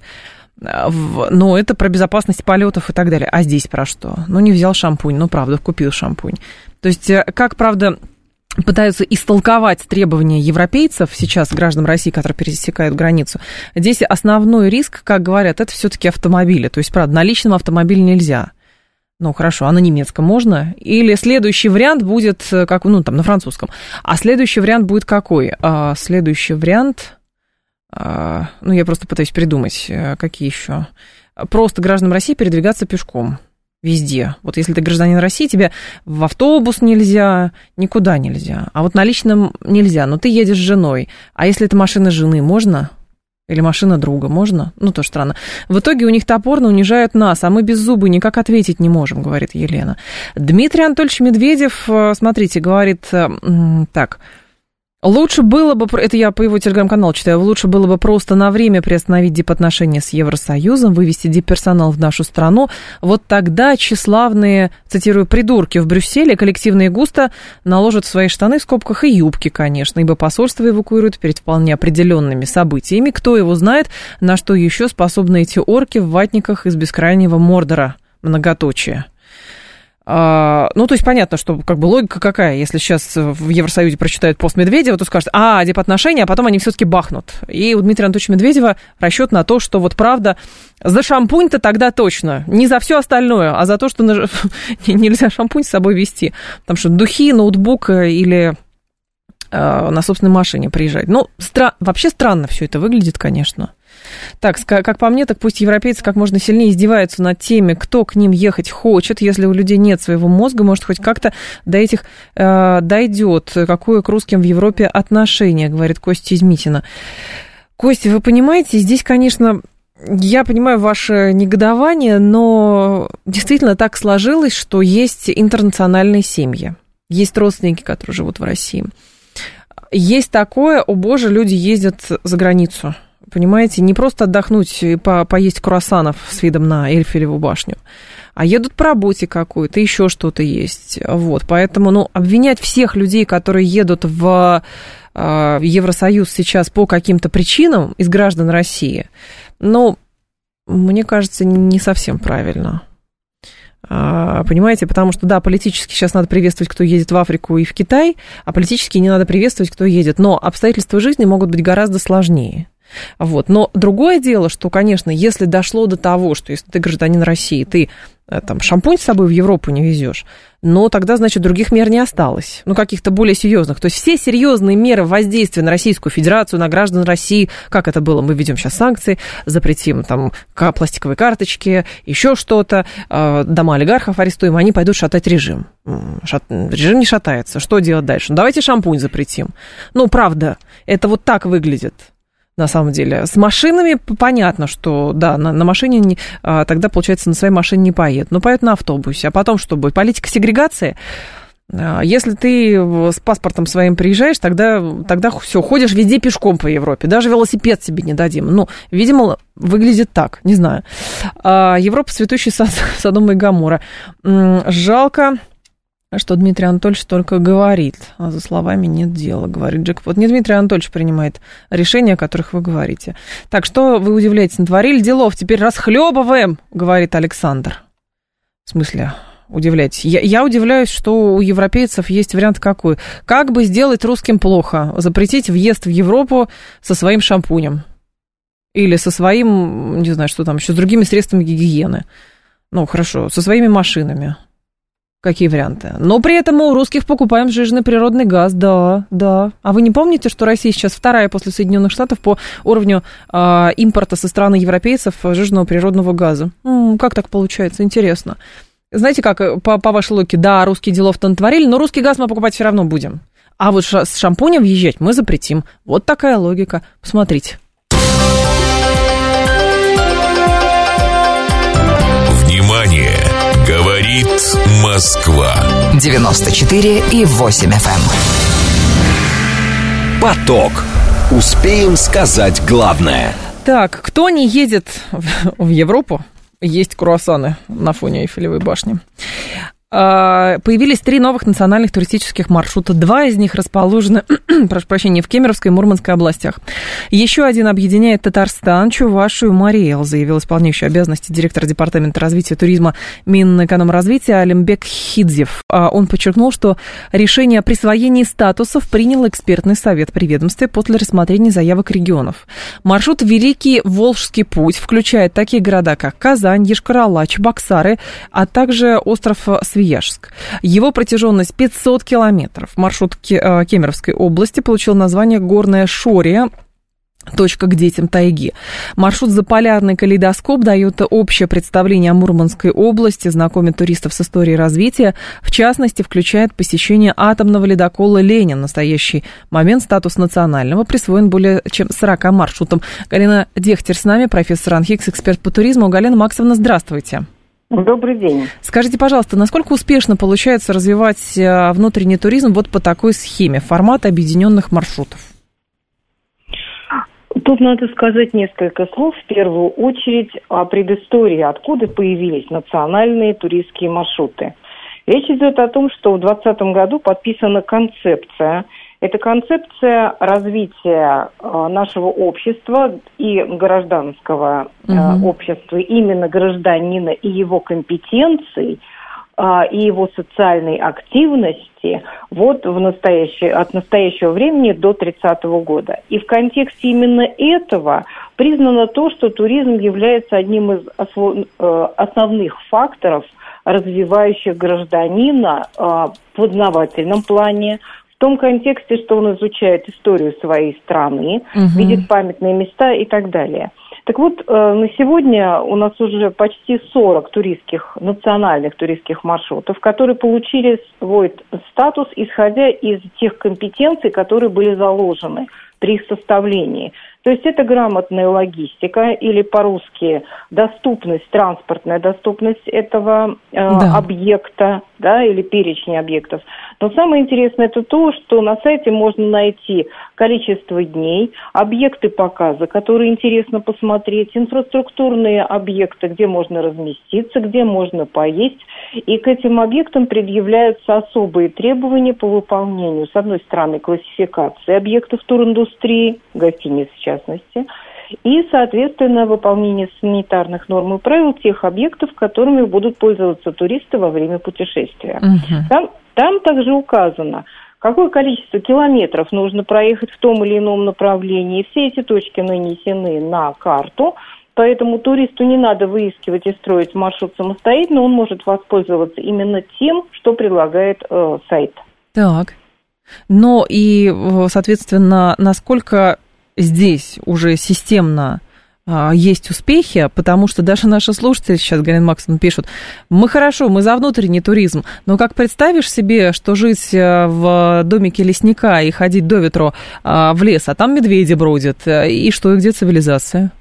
Но это про безопасность полетов и так далее. А здесь про что? Ну, не взял шампунь, ну, правда, купил шампунь. То есть, как, правда, пытаются истолковать требования европейцев сейчас, граждан России, которые пересекают границу. Здесь основной риск, как говорят, это все-таки автомобили. То есть, правда, на личном автомобиле нельзя. Ну, хорошо, а на немецком можно? Или следующий вариант будет, как, ну, там, на французском. А следующий вариант будет какой? А, следующий вариант... А, ну, я просто пытаюсь придумать, какие еще. Просто гражданам России передвигаться пешком. Везде. Вот если ты гражданин России, тебе в автобус нельзя, никуда нельзя. А вот на личном нельзя. Но ты едешь с женой. А если это машина жены, можно? Или машина друга, можно? Ну, тоже странно. В итоге у них топорно унижают нас, а мы без зубы никак ответить не можем, говорит Елена. Дмитрий Анатольевич Медведев, смотрите, говорит так... Лучше было бы, это я по его телеграм-каналу читаю, лучше было бы просто на время приостановить дипотношения с Евросоюзом, вывести дипперсонал в нашу страну. Вот тогда тщеславные, цитирую, придурки в Брюсселе коллективно и густо наложат в свои штаны, в скобках, и юбки, конечно, ибо посольство эвакуируют перед вполне определенными событиями. Кто его знает, на что еще способны эти орки в ватниках из бескрайнего Мордора, многоточие. А, ну, то есть понятно, что как бы логика какая, если сейчас в Евросоюзе прочитают пост Медведева, то скажут, а, дипотношения, а потом они все-таки бахнут. И у Дмитрия Анатольевича Медведева расчет на то, что вот правда, за шампунь-то тогда точно, не за все остальное, а за то, что на... нельзя шампунь с собой везти, потому что духи, ноутбук или э, на собственной машине приезжать. Ну, стра... вообще странно все это выглядит, конечно. Так, как по мне, так пусть европейцы как можно сильнее издеваются над теми, кто к ним ехать хочет. Если у людей нет своего мозга, может, хоть как-то до этих э, дойдет. Какое к русским в Европе отношение, говорит Костя из Митина. Костя, вы понимаете, здесь, конечно, я понимаю ваше негодование, но действительно так сложилось, что есть интернациональные семьи. Есть родственники, которые живут в России. Есть такое, о боже, люди ездят за границу. понимаете, не просто отдохнуть и по- поесть круассанов с видом на Эйфелеву башню, а едут по работе какой-то, еще что-то есть. Вот, поэтому, ну, обвинять всех людей, которые едут в э, Евросоюз сейчас по каким-то причинам из граждан России, ну, мне кажется, не совсем правильно. Понимаете, потому что, да, политически сейчас надо приветствовать, кто едет в Африку и в Китай, а политически не надо приветствовать, кто едет. Но обстоятельства жизни могут быть гораздо сложнее. Вот. Но другое дело, что, конечно, если дошло до того, что если ты гражданин России, ты там шампунь с собой в Европу не везешь, но тогда, значит, других мер не осталось, ну, каких-то более серьезных. То есть все серьезные меры воздействия на Российскую Федерацию, на граждан России, как это было, мы введем сейчас санкции, запретим там пластиковые карточки, еще что-то, дома олигархов арестуем, они пойдут шатать режим. Шат... Режим не шатается, что делать дальше? Ну, давайте шампунь запретим. Ну, правда, это вот так выглядит. На самом деле. С машинами понятно, что, да, на, на машине, не, а, тогда, получается, на своей машине не поедут, но поедут на автобусе. А потом что будет? Политика сегрегации? А, если ты с паспортом своим приезжаешь, тогда, тогда все, ходишь везде пешком по Европе. Даже велосипед себе не дадим. Ну, видимо, выглядит так, не знаю. А, Европа, цветущий сад Содома и Гоморра. Жалко, что Дмитрий Анатольевич только говорит, а за словами нет дела, говорит Джекпот. Не Дмитрий Анатольевич принимает решения, о которых вы говорите. Так, что вы удивляетесь, натворили делов, теперь расхлебываем, говорит Александр. В смысле, удивляетесь? Я, я удивляюсь, что у европейцев есть вариант какой. Как бы сделать русским плохо? Запретить въезд в Европу со своим шампунем. Или со своим, не знаю, что там еще, с другими средствами гигиены. Ну, хорошо, со своими машинами. Какие варианты? Но при этом мы у русских покупаем сжиженный природный газ, да, да. А вы не помните, что Россия сейчас вторая после Соединенных Штатов по уровню э, импорта со стороны европейцев сжиженного природного газа? М-м, как так получается? Интересно. Знаете, как по, по вашей логике, да, русские делов-то натворили, но русский газ мы покупать все равно будем. А вот ш- с шампунем въезжать мы запретим. Вот такая логика. Посмотрите. Внимание! Говорит Москва. девяносто четыре и восемь эф эм. Поток. Успеем сказать главное. Так, кто не едет в, в Европу, есть круассаны на фоне Эйфелевой башни. Появились три новых национальных туристических маршрута. Два из них расположены, прошу прощения, в Кемеровской и Мурманской областях. Еще один объединяет Татарстан, Чувашию, Марий-Эл, заявил исполняющий обязанности директора департамента развития туризма Минэкономразвития Алимбек Хидзев. Он подчеркнул, что решение о присвоении статусов принял экспертный совет при ведомстве после рассмотрения заявок регионов. Маршрут «Великий Волжский путь» включает такие города, как Казань, Йошкар-Олы, Чебоксары, а также остров Свияжск. Его протяженность пятьсот километров. Маршрут Кемеровской области получил название «Горная Шория». Точка к детям тайги. Маршрут «Заполярный калейдоскоп» дает общее представление о Мурманской области, знакомит туристов с историей развития. В частности, включает посещение атомного ледокола «Ленин». В настоящий момент статус национального присвоен более чем сорока маршрутам. Галина Дехтер с нами, профессор АНХИКС, эксперт по туризму. Галина Максовна, здравствуйте. Добрый день. Скажите, пожалуйста, насколько успешно получается развивать внутренний туризм вот по такой схеме, формат объединенных маршрутов? Тут надо сказать несколько слов. В первую очередь о предыстории, откуда появились национальные туристские маршруты. Речь идет о том, что в двадцатом году подписана концепция. Это концепция развития э, нашего общества и гражданского э, угу. общества, именно гражданина и его компетенций, э, и его социальной активности вот в настоящее, от настоящего времени до тридцатого года. И в контексте именно этого признано то, что туризм является одним из осло, э, основных факторов, развивающих гражданина э, в познавательном плане, в том контексте, что он изучает историю своей страны, угу. видит памятные места и так далее. Так вот, э, на сегодня у нас уже почти сорок туристских, национальных туристских маршрутов, которые получили свой статус, исходя из тех компетенций, которые были заложены при их составлении. То есть это грамотная логистика или по-русски доступность, транспортная доступность этого э, да. объекта, да, или перечня объектов. Но самое интересное это то, что на сайте можно найти количество дней, объекты показа, которые интересно посмотреть, инфраструктурные объекты, где можно разместиться, где можно поесть. И к этим объектам предъявляются особые требования по выполнению, с одной стороны, классификации объектов туриндустрии, гостиниц в частности, и, соответственно, выполнение санитарных норм и правил тех объектов, которыми будут пользоваться туристы во время путешествия. Uh-huh. Там, там также указано, какое количество километров нужно проехать в том или ином направлении. Все эти точки нанесены на карту, поэтому туристу не надо выискивать и строить маршрут самостоятельно, он может воспользоваться именно тем, что предлагает э, сайт. Так, но и, соответственно, насколько здесь уже системно а, есть успехи, потому что даже наши слушатели сейчас, Галина Максимовна, пишут, мы хорошо, мы за внутренний туризм, но как представишь себе, что жить в домике лесника и ходить до ветру а, в лес, а там медведи бродят, и что, и где цивилизация?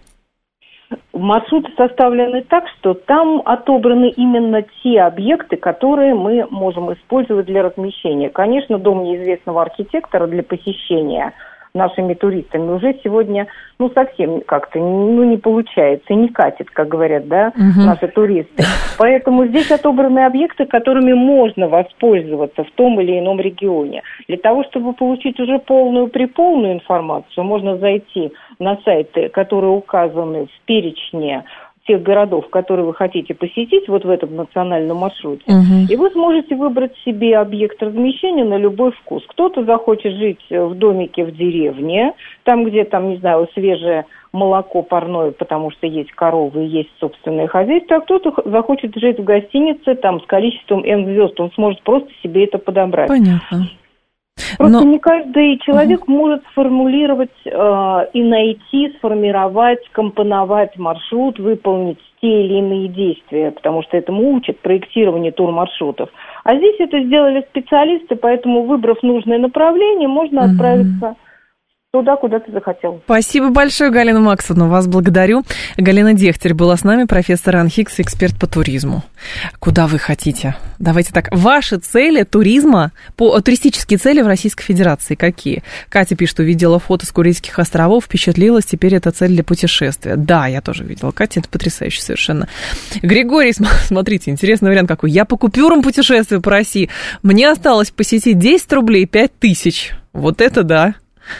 Маршруты составлены так, что там отобраны именно те объекты, которые мы можем использовать для размещения. Конечно, дом неизвестного архитектора для посещения нашими туристами уже сегодня, ну, совсем как-то, ну, не получается, не катит, как говорят, да, uh-huh. наши туристы. Поэтому здесь отобраны объекты, которыми можно воспользоваться в том или ином регионе. Для того, чтобы получить уже полную, приполную информацию, можно зайти на сайты, которые указаны в перечне тех городов, которые вы хотите посетить, вот в этом национальном маршруте, uh-huh. и вы сможете выбрать себе объект размещения на любой вкус. Кто-то захочет жить в домике в деревне, там, где, там, не знаю, свежее молоко парное, потому что есть коровы и есть собственное хозяйство, а кто-то захочет жить в гостинице, там, с количеством N звезд, он сможет просто себе это подобрать. Понятно. Просто Но... не каждый человек угу. может сформулировать э, и найти, сформировать, компоновать маршрут, выполнить те или иные действия, потому что этому учат проектирование турмаршрутов. А здесь это сделали специалисты, поэтому, выбрав нужное направление, можно угу. отправиться туда, куда ты захотел. Спасибо большое, Галина Максовна, вас благодарю. Галина Дехтярь была с нами, профессор РАНХИКС, эксперт по туризму. Куда вы хотите? Давайте так, ваши цели туризма, по, туристические цели в Российской Федерации какие? Катя пишет, увидела фото с Курильских островов, впечатлилась, теперь это цель для путешествия. Да, я тоже видела, Катя, это потрясающе совершенно. Григорий, смотрите, интересный вариант какой. Я по купюрам путешествую по России, мне осталось посетить десять рублей, пять тысяч. Вот это да.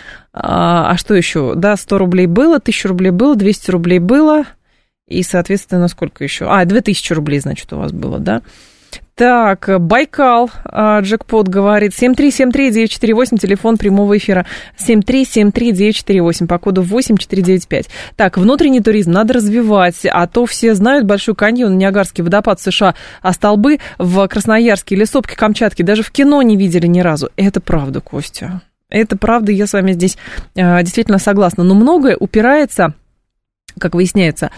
А, а что еще? Да, сто рублей было, тысяча рублей было, двести рублей было. И, соответственно, сколько еще? А, две тысячи рублей, значит, у вас было, да? Так, Байкал, а, джекпот говорит, семь три семь три девять четыре восемь, телефон прямого эфира, семь три семь три девять четыре восемь, по коду восемь четыре девять пять. Так, внутренний туризм надо развивать, а то все знают Большой каньон, Ниагарский водопад в США, а столбы в Красноярске или сопки Камчатки даже в кино не видели ни разу. Это правда, Костя. Это правда, я с вами здесь э, действительно согласна. Но многое упирается, как выясняется,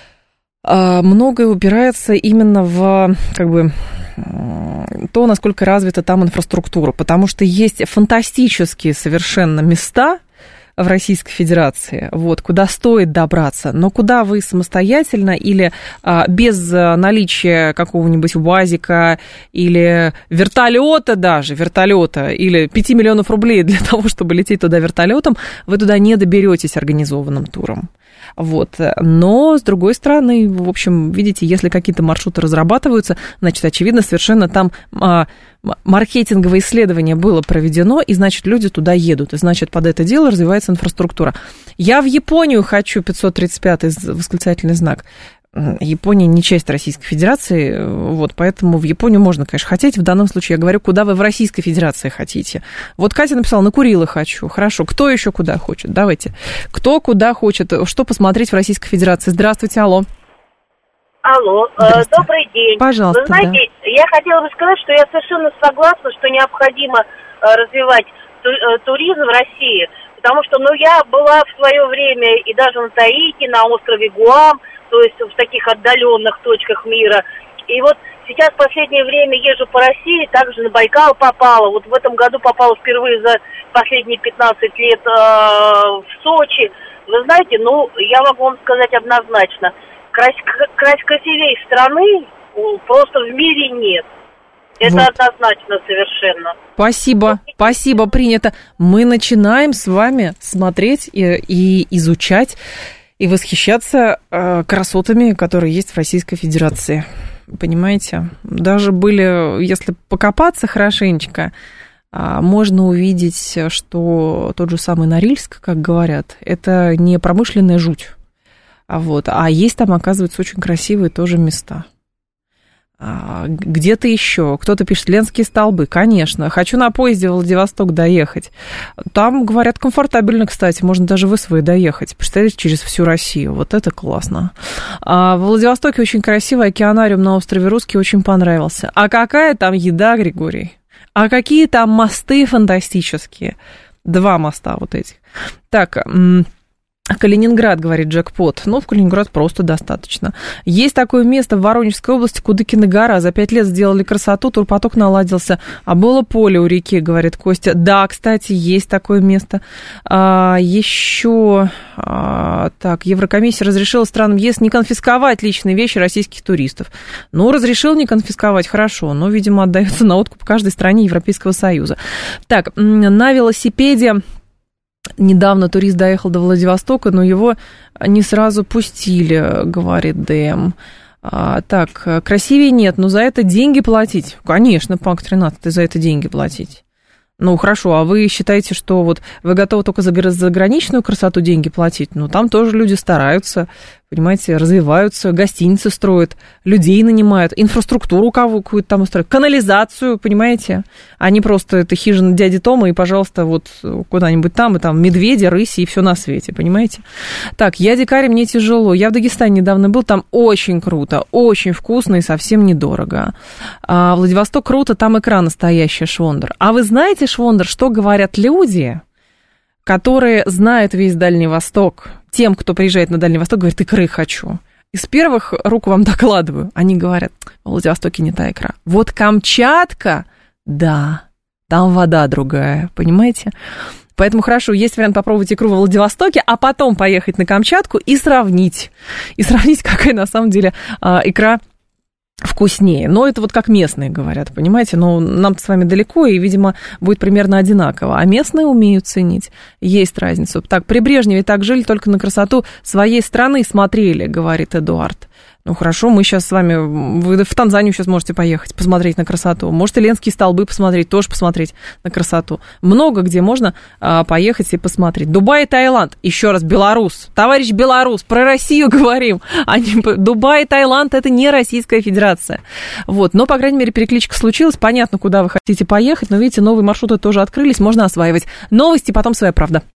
э, многое упирается именно в, как бы, э, то, насколько развита там инфраструктура. Потому что есть фантастические совершенно места в Российской Федерации, вот, куда стоит добраться, но куда вы самостоятельно или а, без наличия какого-нибудь УАЗика или вертолета даже, вертолета, или пяти миллионов рублей для того, чтобы лететь туда вертолетом, вы туда не доберетесь организованным туром. Вот. Но, с другой стороны, в общем, видите, если какие-то маршруты разрабатываются, значит, очевидно, совершенно там а, маркетинговое исследование было проведено, и, значит, люди туда едут, и, значит, под это дело развивается инфраструктура. Я в Японию хочу, пятьсот тридцать пятый восклицательный знак. Япония не часть Российской Федерации, вот, поэтому в Японию можно, конечно, хотеть. В данном случае я говорю, куда вы в Российской Федерации хотите. Вот Катя написала, на Курилы хочу. Хорошо, кто еще куда хочет? Давайте. Кто куда хочет, что посмотреть в Российской Федерации? Здравствуйте, алло. Алло, э, добрый день. Пожалуйста. Вы знаете, да. Я хотела бы сказать, что я совершенно согласна, что необходимо э, развивать ту, э, туризм в России, потому что, ну, я была в свое время и даже на Таити, на острове Гуам, то есть в таких отдаленных точках мира. И вот сейчас в последнее время езжу по России, также на Байкал попала. Вот в этом году попала впервые за последние пятнадцать лет э, в Сочи. Вы знаете, ну, я могу вам сказать однозначно, крас- красивей страны просто в мире нет. Это вот. Однозначно совершенно. Спасибо, спасибо, принято. Мы начинаем с вами смотреть и, и изучать, и восхищаться э, красотами, которые есть в Российской Федерации. Понимаете? Даже были, если покопаться хорошенечко, э, можно увидеть, что тот же самый Норильск, как говорят, это не промышленная жуть. А, вот, а есть там, оказывается, очень красивые тоже места. Где-то еще. Кто-то пишет, Ленские столбы. Конечно. Хочу на поезде в Владивосток доехать. Там, говорят, комфортабельно, кстати. Можно даже в СВ доехать. Представляете, через всю Россию. Вот это классно. А в Владивостоке очень красивый океанариум на острове Русский. Очень понравился. А какая там еда, Григорий? А какие там мосты фантастические? Два моста вот этих. Так... Калининград, говорит Джекпот. Ну, в Калининград просто достаточно. Есть такое место в Воронежской области, Кудыкина гора. За пять лет сделали красоту, турпоток наладился. А было поле у реки, говорит Костя. Да, кстати, есть такое место. А, еще... А, так, Еврокомиссия разрешила странам ЕС не конфисковать личные вещи российских туристов. Ну, разрешил не конфисковать, хорошо. Но, видимо, отдается на откуп каждой стране Европейского Союза. Так, на велосипеде... Недавно турист доехал до Владивостока, но его не сразу пустили, говорит ДМ. А, так, красивее нет, но за это деньги платить? Конечно, Панк тринадцать, за это деньги платить. Ну, хорошо, а вы считаете, что вот вы готовы только за заграничную красоту деньги платить? Ну, там тоже люди стараются, понимаете, развиваются, гостиницы строят, людей нанимают, инфраструктуру какую-то там устроят, канализацию, понимаете? А не просто это хижина дяди Тома и, пожалуйста, вот куда-нибудь там, и там медведи, рыси и все на свете, понимаете? Так, я дикарь, мне тяжело. Я в Дагестане недавно был, там очень круто, очень вкусно и совсем недорого. А Владивосток круто, там икра настоящая, швондер. А вы знаете, швондер, что говорят люди, которые знают весь Дальний Восток? Тем, кто приезжает на Дальний Восток, говорит, икры хочу. Из первых рук вам докладываю. Они говорят, в Владивостоке не та икра. Вот Камчатка, да, там вода другая, понимаете? Поэтому хорошо, есть вариант попробовать икру во Владивостоке, а потом поехать на Камчатку и сравнить. И сравнить, какая на самом деле икра вкуснее. Но это вот как местные говорят, понимаете? Но нам-то с вами далеко, и, видимо, будет примерно одинаково. А местные умеют ценить. Есть разница. Так, при Брежневе так жили, только на красоту своей страны смотрели, говорит Эдуард. Ну, хорошо, мы сейчас с вами... Вы в Танзанию сейчас можете поехать, посмотреть на красоту. Можете Ленские столбы посмотреть, тоже посмотреть на красоту. Много где можно а, поехать и посмотреть. Дубай и Таиланд. Еще раз, Беларусь. Товарищ Беларусь, про Россию говорим. А не... Дубай и Таиланд — это не Российская Федерация. Вот. Но, по крайней мере, перекличка случилась. Понятно, куда вы хотите поехать. Но, видите, новые маршруты тоже открылись, можно осваивать. Новости, потом своя правда.